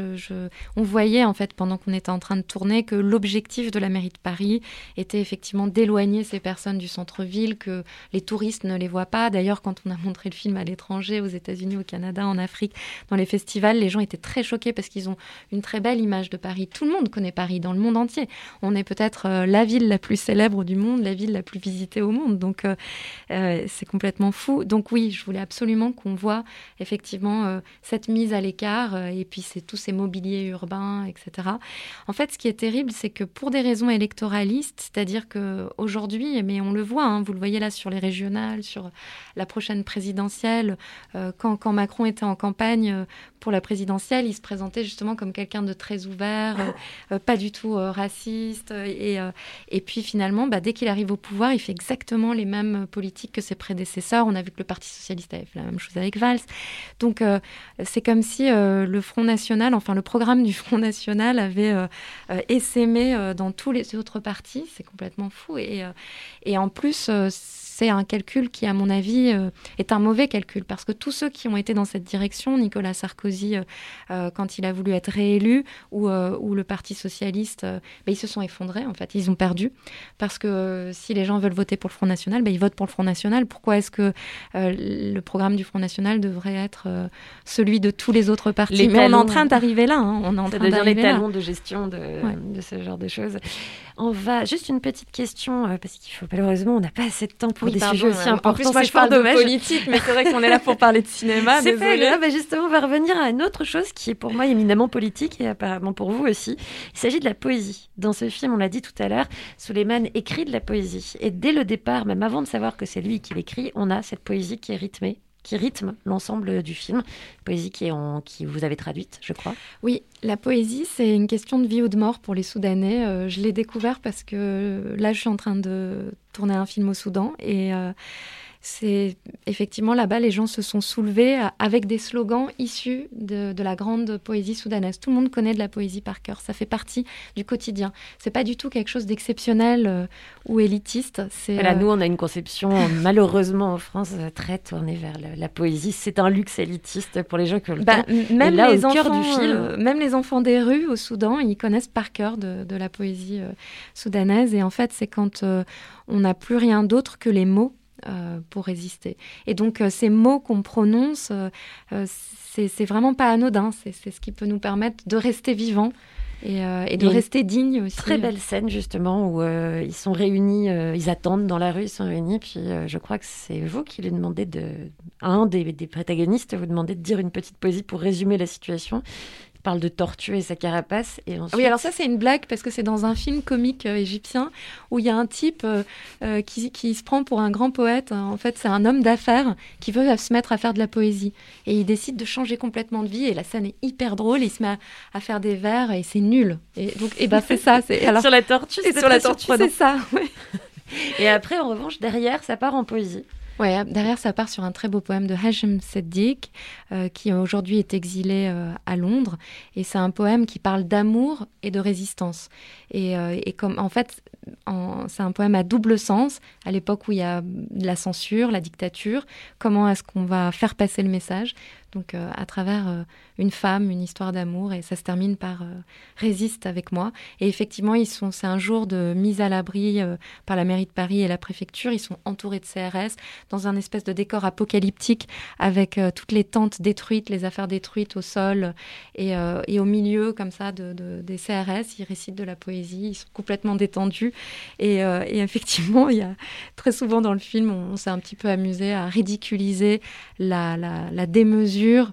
On voyait en fait pendant qu'on était en train de tourner que l'objectif de la mairie de Paris était effectivement d'éloigner ces personnes du centre-ville, que les touristes ne les voient pas. D'ailleurs, quand on a montré le film à l'étranger, aux États-Unis, au Canada, en Afrique, dans les festivals, les gens étaient très choqués parce qu'ils ont une très belle image de Paris. Tout le monde connaît Paris dans le monde entier. On est peut-être la ville la plus célèbre du monde, la ville la plus visitée au monde. Donc, c'est complètement fou. Donc oui, je voulais absolument qu'on voit effectivement cette mise à l'écart et puis c'est tous ces mobiliers urbains, etc. En fait, ce qui est terrible, c'est que pour des raisons électoralistes, c'est-à-dire qu'aujourd'hui, mais on le voit, hein, vous le voyez là sur les régionales, sur la prochaine présidentielle, quand Macron était en campagne pour la présidentielle, il se présentait justement comme quelqu'un de très ouvert, pas du tout raciste. Et puis finalement, dès qu'il arrive au pouvoir, il fait exactement les mêmes politiques que ses prédécesseurs. On a vu que le Parti socialiste avait fait la même chose avec Valls. Donc c'est comme si le Front National, enfin le programme du Front National avait essaimé dans tous les autres partis. C'est complètement fou. Et en plus, c'est un calcul qui, à mon avis, est un mauvais calcul. Parce que tous ceux qui ont été dans cette direction, Nicolas Sarkozy, quand il a voulu être réélu, ou le Parti socialiste, ils se sont effondrés, en fait. Ils ont perdu. Parce que si les gens veulent voter pour le Front National, ils votent pour le Front National. Pourquoi est-ce que le programme du Front National devrait être celui de tous les autres partis? Mais on est en train d'arriver là. Hein. On est en ça train devient d'arriver les talons là. de gestion de ce genre de choses. On va... Juste une petite question, parce qu'il faut malheureusement, on n'a pas assez de temps pour des sujets aussi importants. En plus, moi, je parle de politique, mais c'est vrai qu'on est là pour parler de cinéma. C'est pas désolée. grave. Justement, on va revenir à une autre chose qui est pour moi éminemment politique et apparemment pour vous aussi. Il s'agit de la poésie. Dans ce film, on l'a dit tout à l'heure, Souleymane écrit de la poésie. Et dès le départ, même avant de savoir que c'est lui qui l'écrit, on a cette poésie qui est rythmée, qui rythme l'ensemble du film. Poésie qui vous avez traduite, je crois. Oui, la poésie, c'est une question de vie ou de mort pour les Soudanais. Je l'ai découvert parce que là, je suis en train de tourner un film au Soudan et c'est effectivement là-bas, les gens se sont soulevés avec des slogans issus de la grande poésie soudanaise. Tout le monde connaît de la poésie par cœur. Ça fait partie du quotidien. C'est pas du tout quelque chose d'exceptionnel ou élitiste. Voilà, nous, on a une conception, malheureusement en France, très tournée vers la poésie. C'est un luxe élitiste pour les gens qui ont le temps. Même là, les au cœur enfants, du film, même les enfants des rues au Soudan, ils connaissent par cœur de la poésie soudanaise. Et en fait, c'est quand on n'a plus rien d'autre que les mots pour résister. Et donc, ces mots qu'on prononce, c'est vraiment pas anodin. C'est ce qui peut nous permettre de rester vivants et de rester dignes aussi. Très belle scène, justement, où ils sont réunis, ils attendent dans la rue, ils sont réunis, puis je crois que c'est vous qui lui demandez un des protagonistes, vous demandez de dire une petite poésie pour résumer la situation. Il parle de tortue et sa carapace. Et ensuite... Oui, alors ça, c'est une blague parce que c'est dans un film comique égyptien où il y a un type qui se prend pour un grand poète. En fait, c'est un homme d'affaires qui veut se mettre à faire de la poésie. Et il décide de changer complètement de vie. Et la scène est hyper drôle. Il se met à faire des vers et c'est nul. Et donc, c'est ça. Alors... Sur la tortue, c'est sur la tortue, c'est ça. Ouais. Et après, en revanche, derrière, ça part en poésie. Ouais, derrière, ça part sur un très beau poème de Hachem Seddik, qui aujourd'hui est exilé à Londres. Et c'est un poème qui parle d'amour et de résistance. Et comme, en fait, c'est un poème à double sens. À l'époque où il y a la censure, la dictature, comment est-ce qu'on va faire passer le message? Donc à travers une femme, une histoire d'amour, et ça se termine par Résiste avec moi. Et effectivement, c'est un jour de mise à l'abri par la mairie de Paris et la préfecture. Ils sont entourés de CRS dans un espèce de décor apocalyptique avec toutes les tentes détruites, les affaires détruites au sol, et au milieu comme ça des CRS, ils récitent de la poésie, ils sont complètement détendus. Et effectivement, il y a très souvent dans le film, on s'est un petit peu amusé à ridiculiser la démesure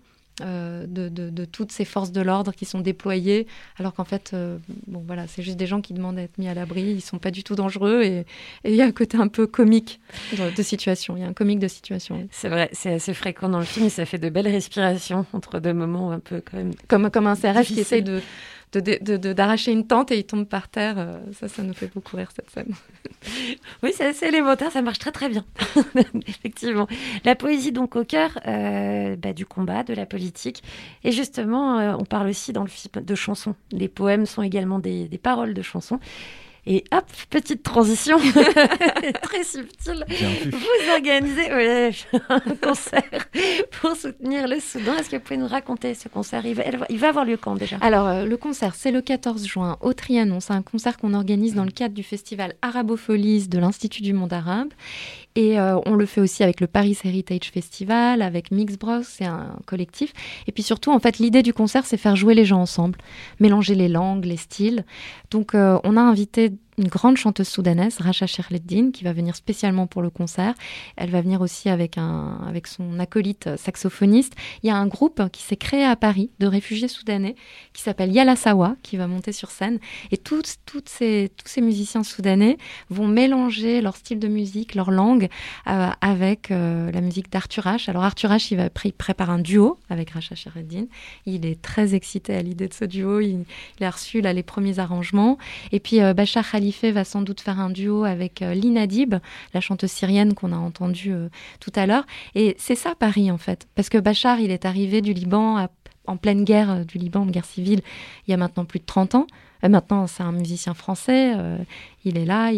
de toutes ces forces de l'ordre qui sont déployées, alors qu'en fait, c'est juste des gens qui demandent à être mis à l'abri, ils sont pas du tout dangereux, et il y a un côté un peu comique de situation. Il y a un comique de situation. C'est vrai, c'est assez fréquent dans le film, et ça fait de belles respirations entre deux moments un peu quand même. Comme un CRF qui essaye d'arracher une tente et il tombe par terre. Ça nous fait beaucoup rire, cette scène. Oui, c'est assez élémentaire, ça marche très très bien. Effectivement. La poésie donc au cœur du combat, de la politique. Et justement, on parle aussi dans le film de chansons. Les poèmes sont également des paroles de chansons. Et hop, petite transition très subtile. Vous organisez un concert pour soutenir le Soudan. Est-ce que vous pouvez nous raconter ce concert ? Il va avoir lieu quand déjà ? Alors, le concert, c'est le 14 juin au Trianon. C'est un concert qu'on organise dans le cadre du festival Arabofolies de l'Institut du monde arabe. Et on le fait aussi avec le Paris Heritage Festival, avec Mix Bros, c'est un collectif. Et puis surtout, en fait, l'idée du concert, c'est faire jouer les gens ensemble, mélanger les langues, les styles. Donc, on a invité une grande chanteuse soudanaise, Racha Cherleddine, qui va venir spécialement pour le concert. Elle va venir aussi avec son acolyte saxophoniste. Il y a un groupe qui s'est créé à Paris de réfugiés soudanais qui s'appelle Yala Sawa, qui va monter sur scène. Et tous ces musiciens soudanais vont mélanger leur style de musique, leur langue, avec la musique d'Arthur H. Alors Arthur H, il prépare un duo avec Racha Cherleddine. Il est très excité à l'idée de ce duo. Il a reçu les premiers arrangements. Et puis Bachar Khalife va sans doute faire un duo avec Lina Dib, la chanteuse syrienne qu'on a entendue tout à l'heure. Et c'est ça Paris en fait. Parce que Bachar, il est arrivé du Liban en pleine guerre du Liban, en guerre civile, il y a maintenant plus de 30 ans. Maintenant, c'est un musicien français. Il est là,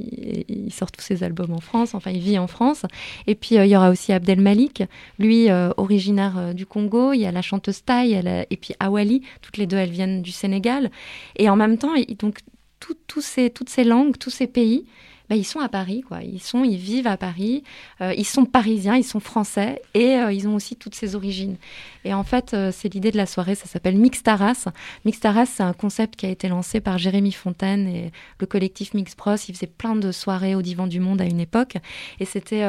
il sort tous ses albums en France. Enfin, il vit en France. Et puis, il y aura aussi Abdel Malik, lui, originaire du Congo. Il y a la chanteuse Taï, et puis Awali. Toutes les deux, elles viennent du Sénégal. Et en même temps, donc, toutes ces langues, tous ces pays, ils sont à Paris, quoi. Ils vivent à Paris, ils sont parisiens, ils sont français, et ils ont aussi toutes ces origines. Et en fait, c'est l'idée de la soirée, ça s'appelle Mixtaras. Mixtaras, c'est un concept qui a été lancé par Jérémy Fontaine et le collectif Mix Bros. Ils faisaient plein de soirées au Divan du Monde à une époque. Et c'est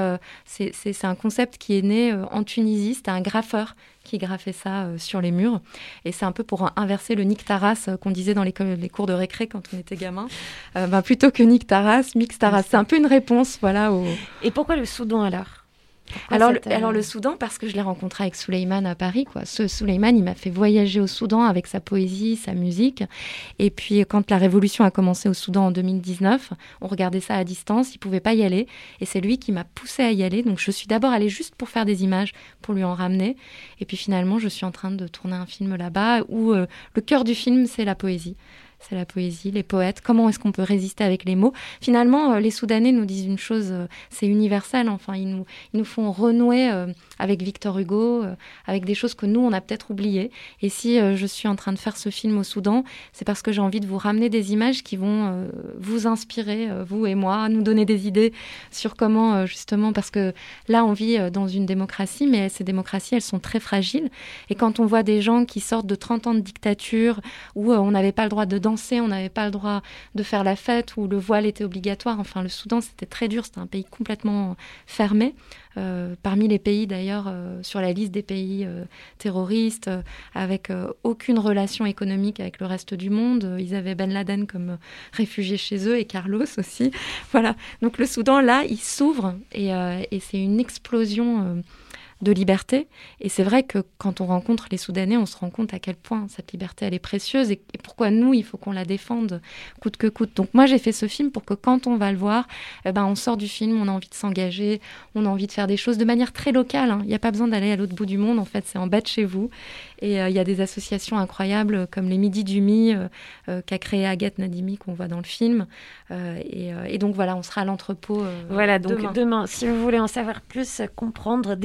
un concept qui est né en Tunisie. C'était un graffeur qui graffait ça sur les murs. Et c'est un peu pour inverser le Nictaras qu'on disait dans les cours de récré quand on était gamin. Plutôt que Nictaras, Mixtaras. C'est un peu une réponse, voilà. Et pourquoi le Soudan alors ? Alors le Soudan, parce que je l'ai rencontré avec Souleymane à Paris, quoi. Ce Souleymane, il m'a fait voyager au Soudan avec sa poésie, sa musique. Et puis quand la révolution a commencé au Soudan en 2019, on regardait ça à distance, il pouvait pas y aller. Et c'est lui qui m'a poussée à y aller. Donc je suis d'abord allée juste pour faire des images, pour lui en ramener. Et puis finalement, je suis en train de tourner un film là-bas où le cœur du film, c'est la poésie. C'est la poésie, les poètes. Comment est-ce qu'on peut résister avec les mots ? Finalement, les Soudanais nous disent une chose, c'est universel. Enfin, ils nous font renouer avec Victor Hugo, avec des choses que nous, on a peut-être oubliées. Et si je suis en train de faire ce film au Soudan, c'est parce que j'ai envie de vous ramener des images qui vont vous inspirer, vous et moi, nous donner des idées sur comment, justement, parce que là, on vit dans une démocratie, mais ces démocraties, elles sont très fragiles. Et quand on voit des gens qui sortent de 30 ans de dictature, où on n'avait pas le droit de danser, on n'avait pas le droit de faire la fête, où le voile était obligatoire. Enfin, le Soudan, c'était très dur, c'était un pays complètement fermé. Parmi les pays, d'ailleurs, sur la liste des pays terroristes, avec aucune relation économique avec le reste du monde. Ils avaient Ben Laden comme réfugié chez eux et Carlos aussi. Voilà. Donc le Soudan, là, il s'ouvre et c'est une explosion de liberté. Et c'est vrai que quand on rencontre les Soudanais, on se rend compte à quel point cette liberté, elle est précieuse et pourquoi nous, il faut qu'on la défende coûte que coûte. Donc moi, j'ai fait ce film pour que quand on va le voir, on sort du film, on a envie de s'engager, on a envie de faire des choses de manière très locale. Il n'y a pas besoin d'aller à l'autre bout du monde, en fait, c'est en bas de chez vous. Et il y a des associations incroyables comme les Midi du Mi qu'a créé Agathe Nadimi, qu'on voit dans le film. Et donc voilà, on sera à l'entrepôt voilà, donc demain, si vous voulez en savoir plus, comprendre, découvrir,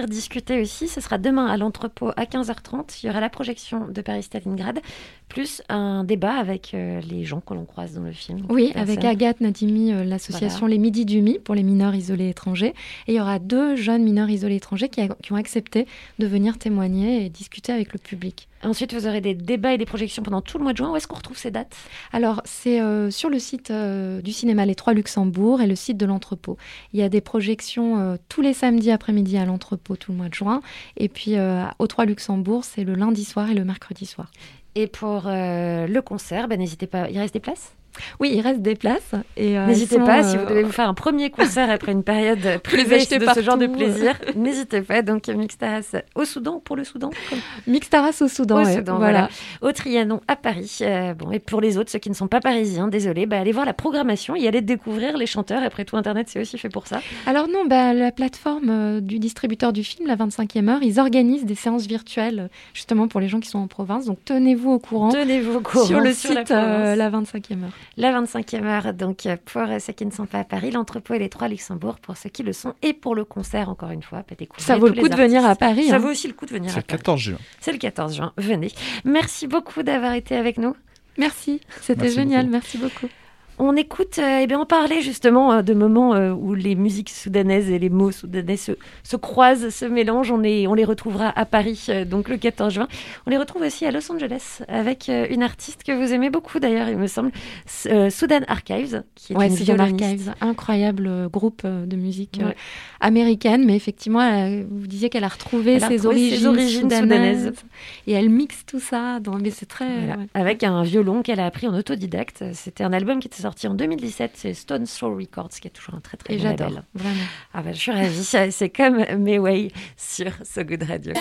découvrir, discuter aussi. Ce sera demain à l'entrepôt à 15h30. Il y aura la projection de Paris-Stalingrad, plus un débat avec les gens que l'on croise dans le film. Oui, avec Agathe Nadimi, l'association Les Midis du Mi pour les mineurs isolés étrangers. Et il y aura 2 jeunes mineurs isolés étrangers qui ont accepté de venir témoigner et discuter avec le public. Ensuite, vous aurez des débats et des projections pendant tout le mois de juin. Où est-ce qu'on retrouve ces dates ? Alors, c'est sur le site du cinéma Les Trois Luxembourg et le site de l'entrepôt. Il y a des projections tous les samedis après-midi à l'entrepôt tout le mois de juin. Et puis, aux Trois Luxembourg, c'est le lundi soir et le mercredi soir. Et pour le concert, n'hésitez pas, il reste des places ? Oui, il reste des places. Et, n'hésitez pas, si vous devez vous faire un premier concert après une période privée de ce genre de plaisir, n'hésitez pas. Donc, Mixtaras au Soudan, pour le Soudan Mixtaras au Soudan, voilà. Au Trianon à Paris. Et pour les autres, ceux qui ne sont pas parisiens, désolé, allez voir la programmation et allez découvrir les chanteurs. Après tout, Internet, c'est aussi fait pour ça. Alors non, la plateforme du distributeur du film, la 25e heure, ils organisent des séances virtuelles, justement pour les gens qui sont en province. Donc, tenez-vous au courant sur le site la 25e heure. La 25e heure, donc pour ceux qui ne sont pas à Paris, l'entrepôt et les Trois Luxembourg pour ceux qui le sont, et pour le concert, encore une fois, ça vaut le coup de venir à Paris. Ça vaut aussi le coup de venir à Paris. C'est le 14 juin. C'est le 14 juin, venez. Merci beaucoup d'avoir été avec nous. Merci, c'était génial, merci beaucoup. On écoute, on parlait justement de moments où les musiques soudanaises et les mots soudanais se croisent, se mélangent. On les retrouvera à Paris, donc le 14 juin. On les retrouve aussi à Los Angeles avec une artiste que vous aimez beaucoup d'ailleurs, il me semble, Sudan Archives, qui est une violoniste. Archives, incroyable groupe de musique américaine, mais effectivement, vous disiez qu'elle a retrouvé ses origines soudanaises. Et elle mixe tout ça, mais c'est très... Avec un violon qu'elle a appris en autodidacte. C'était un album qui était sorti en 2017, c'est Stone Soul Records, qui est toujours un très très bon label. J'adore, vraiment. Je suis ravie, c'est comme Mayway sur So Good Radio.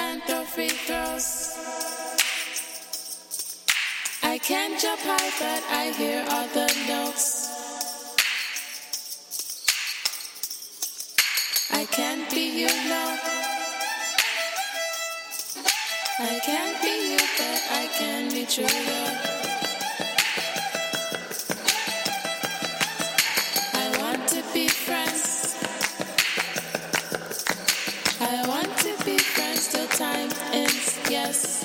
I can't jump high, but I hear all the notes. I can't be you, no. I can't be you, but I can be true, though. Be friends. I want to be friends till time ends, yes.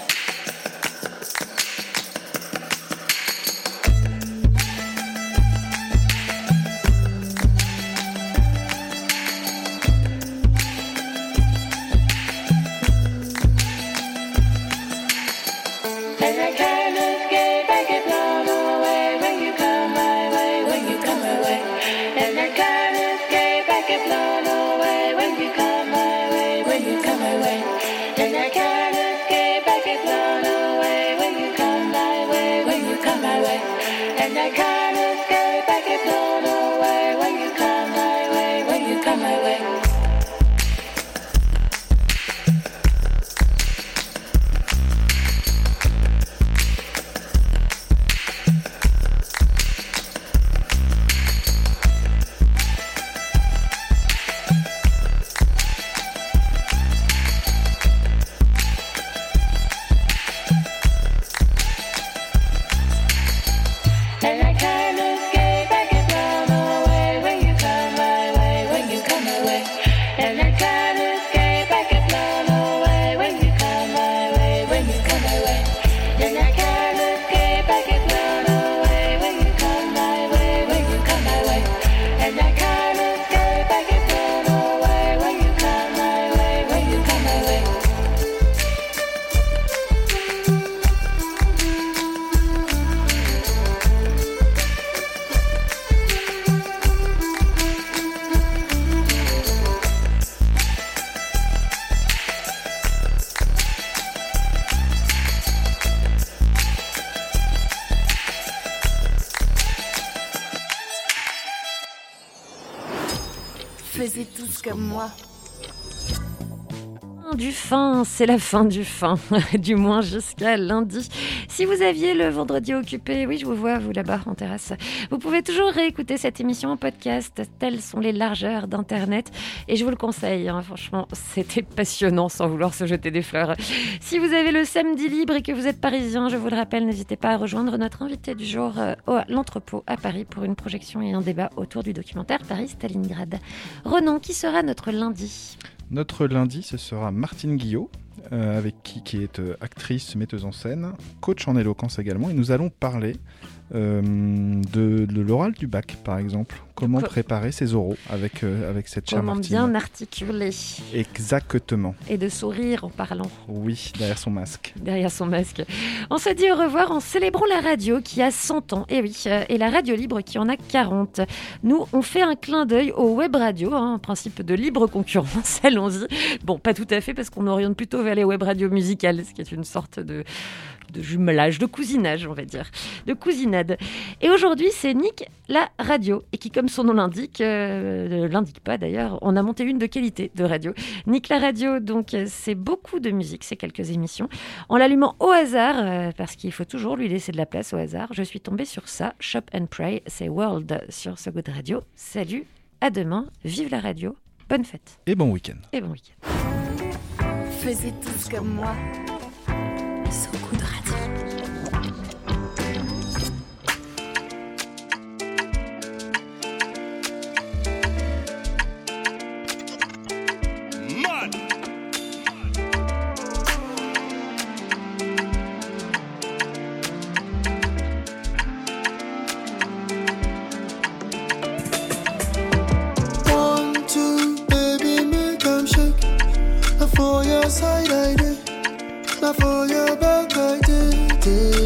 And I can't escape, I get blown away when you come my way, when you come my way. And I can't escape, I get blown away when you come my way, when you come my way. And I can't escape, I get blown away when you come my way, when you come my way. And I can't escape, I get blown away when you come my way, when you come my way. Faisez tous comme moi. Du fin, c'est la fin du fin, du moins jusqu'à lundi. Si vous aviez le vendredi occupé, oui, je vous vois, vous là-bas en terrasse, vous pouvez toujours réécouter cette émission en podcast. Telles sont les largeurs d'Internet. Et je vous le conseille, franchement, c'était passionnant sans vouloir se jeter des fleurs. Si vous avez le samedi libre et que vous êtes parisien, je vous le rappelle, n'hésitez pas à rejoindre notre invité du jour à l'entrepôt à Paris pour une projection et un débat autour du documentaire Paris-Stalingrad. Renan, qui sera notre lundi ? Notre lundi, ce sera Martine Guillot, qui est actrice, metteuse en scène, coach en éloquence également, et nous allons parler de l'oral du bac, par exemple. Comment préparer ses oraux avec cette chère Martine. Comment bien articuler. Exactement. Et de sourire en parlant. Oui, derrière son masque. Derrière son masque. On se dit au revoir en célébrant la radio qui a 100 ans. Et oui, et la radio libre qui en a 40. Nous, on fait un clin d'œil aux web radios, un principe de libre concurrence, allons-y. Bon, pas tout à fait, parce qu'on oriente plutôt vers les web radios musicales, ce qui est une sorte de jumelage, de cousinage, on va dire, de cousinade. Et aujourd'hui, c'est Nick la radio, et qui, comme son nom l'indique, l'indique pas d'ailleurs, on a monté une de qualité de radio. Nick la radio, donc, c'est beaucoup de musique, c'est quelques émissions. En l'allumant au hasard, parce qu'il faut toujours lui laisser de la place au hasard, je suis tombée sur ça, Shop and Pray, c'est World sur So Good Radio. Salut, à demain, vive la radio, bonne fête. Et bon week-end. Et bon week-end. Faisez tous comme moi. So Good Radio. For your side I did, not for your back I did.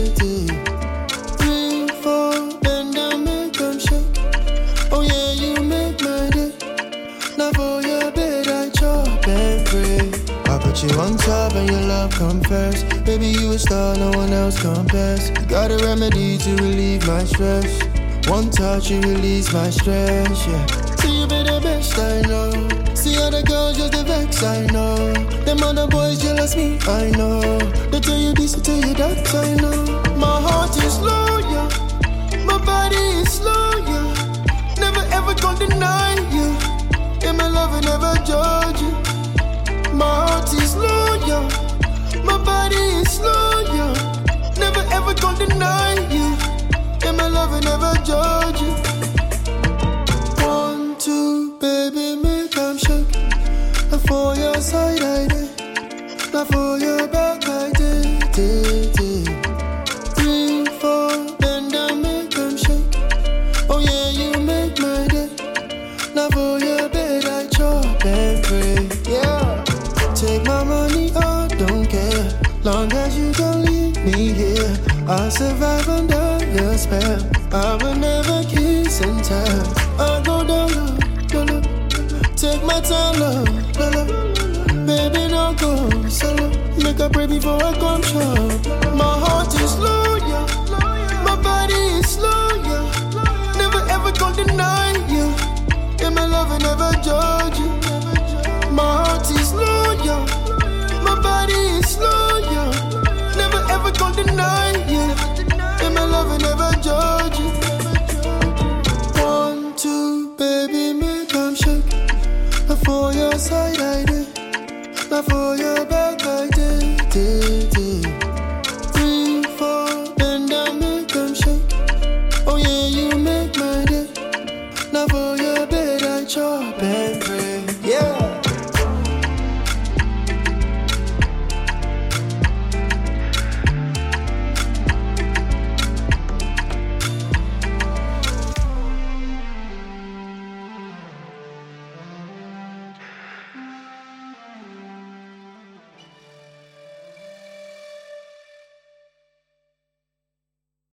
3, 4, bend down, make them shake. Oh yeah, you make my day. Not for your bed I chop and pray. I put you on top and your love come first. Baby, you a star, no one else compares. You got a remedy to relieve my stress. One touch, you release my stress, yeah. So you be the best I know. See other girls just the vex, I know. Them other boys jealous me, I know. They tell you this, they tell you that, I know. My heart is loyal, my body is loyal. Never ever gonna deny you. In my love, I never judge you. My heart is loyal, my body is loyal. Never ever gonna deny you. In my love, I never judge you. 1, 2, baby, make them shake. And for your side I did, not for your back I did. 3, 4, bend down, make them shake. Oh yeah, you make my day. Not for your bed I chop and pray. Yeah, take my money, I don't care. Long as you don't leave me here, I'll survive under your spell. I will never kiss and tell. I'll go down low, low. Take my time, love, love. Baby, don't go solo. Make a pray before I come shop.